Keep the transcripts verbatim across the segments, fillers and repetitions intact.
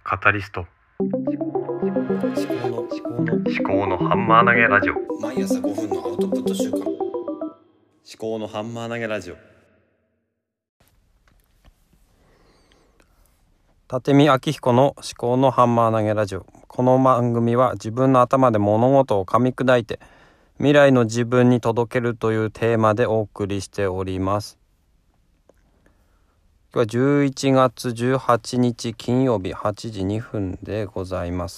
カタリスト思考の思考の思考のハンマー投げラジオ。 毎朝ごふんのアウトプット週間、思考のハンマー投げラジオ。 立見明彦の思考のハンマー投げラジオ。この番組は自分の頭で物事を噛み砕いて未来の自分に届けるというテーマでお送りしております。今日はじゅういちがつじゅうはちにち金曜日はちじにふんでございます。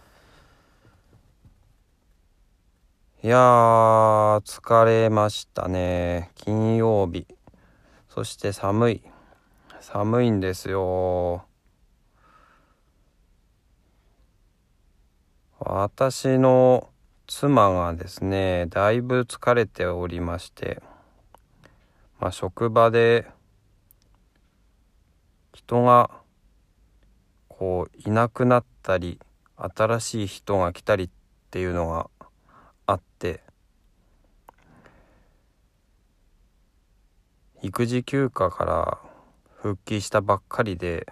いやー疲れましたね。金曜日、そして寒い寒いんですよ。私の妻がですね、だいぶ疲れておりまして、まあ、職場で人がこういなくなったり新しい人が来たりっていうのがあって、育児休暇から復帰したばっかりで、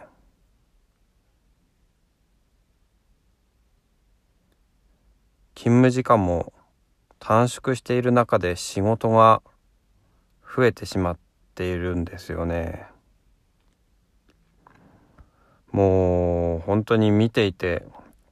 勤務時間も短縮している中で仕事が増えてしまっているんですよね。もう本当に見ていて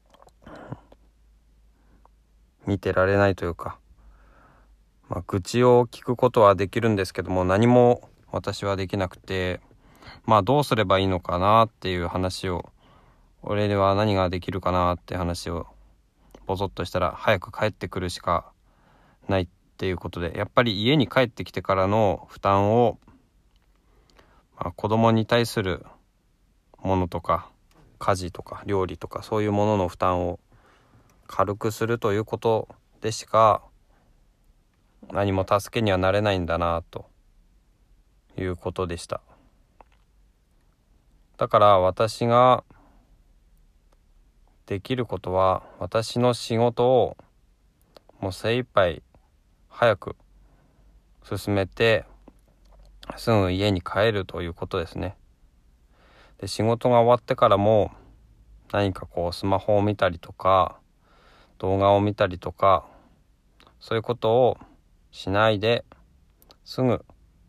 見てられないというか、まあ、愚痴を聞くことはできるんですけども、何も私はできなくて、まあどうすればいいのかなっていう話を、俺には何ができるかなって話をボソッとしたら、早く帰ってくるしかないっていうことで、やっぱり家に帰ってきてからの負担を、まあ、子供に対するものとか家事とか料理とかそういうものの負担を軽くするということでしか何も助けにはなれないんだなということでした。だから私ができることは、私の仕事をもう精一杯早く進めてすぐ家に帰るということですね。で、仕事が終わってからも何かこうスマホを見たりとか動画を見たりとか、そういうことをしないですぐ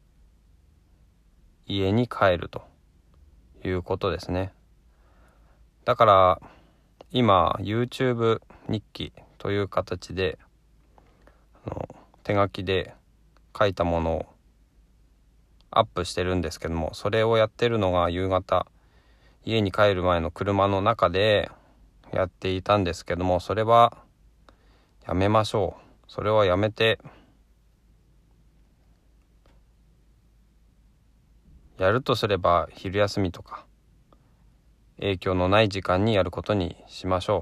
家に帰るということですね。だから今 YouTube 日記という形であの手書きで書いたものをアップしてるんですけども、それをやってるのが夕方家に帰る前の車の中でやっていたんですけども、それはやめましょう。それはやめて、やるとすれば昼休みとか影響のない時間にやることにしましょ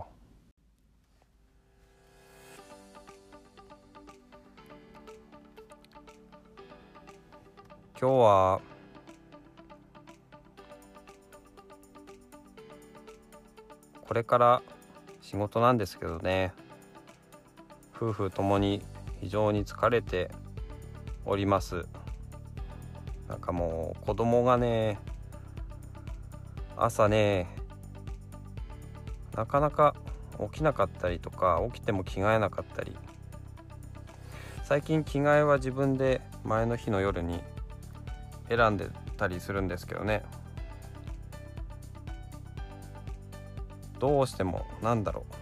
う。今日はこれから仕事なんですけどね、夫婦ともに非常に疲れております。なんかもう子供がね、朝ねなかなか起きなかったりとか、起きても着替えなかったり、最近着替えは自分で前の日の夜に選んでたりするんですけどね、どうしてもなんだろう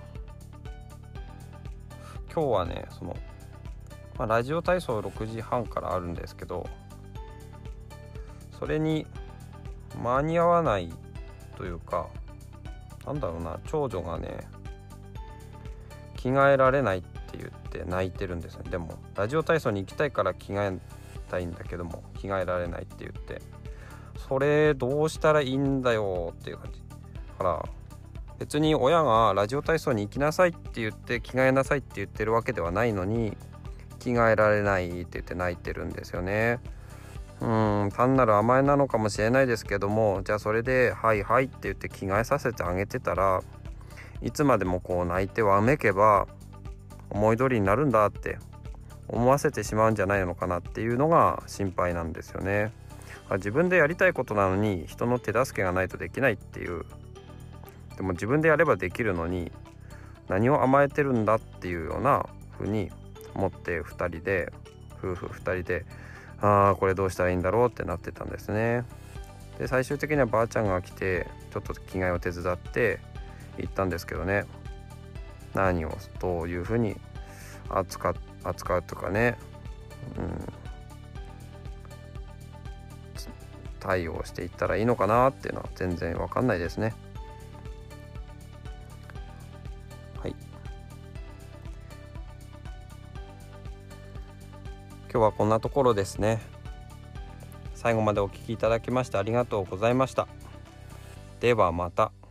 今日はね、その、まあ、ラジオ体操ろくじはんからあるんですけど、それに間に合わないというか、なんだろうな、長女がね着替えられないって言って泣いてるんですね。でもラジオ体操に行きたいから着替えたいんだけども着替えられないって言って、それどうしたらいいんだよっていう感じだから、別に親がラジオ体操に行きなさいって言って着替えなさいって言ってるわけではないのに、着替えられないって言って泣いてるんですよね。うーん単なる甘えなのかもしれないですけども、じゃあそれではいはいって言って着替えさせてあげてたら、いつまでもこう泣いてわめけば思い通りになるんだって思わせてしまうんじゃないのかなっていうのが心配なんですよね。自分でやりたいことなのに人の手助けがないとできないっていう、 でも自分でやればできるのに何を甘えてるんだっていうような風に思ってふたりで夫婦ふたりでああこれどうしたらいいんだろうってなってたんですね。で最終的にはばあちゃんが来てちょっと着替えを手伝って行ったんですけどね、何をどういう風に扱う扱うとかね、うん、対応していったらいいのかなっていうのは全然わかんないですね。はい、今日はこんなところですね。最後までお聞きいただきましてありがとうございました。ではまた。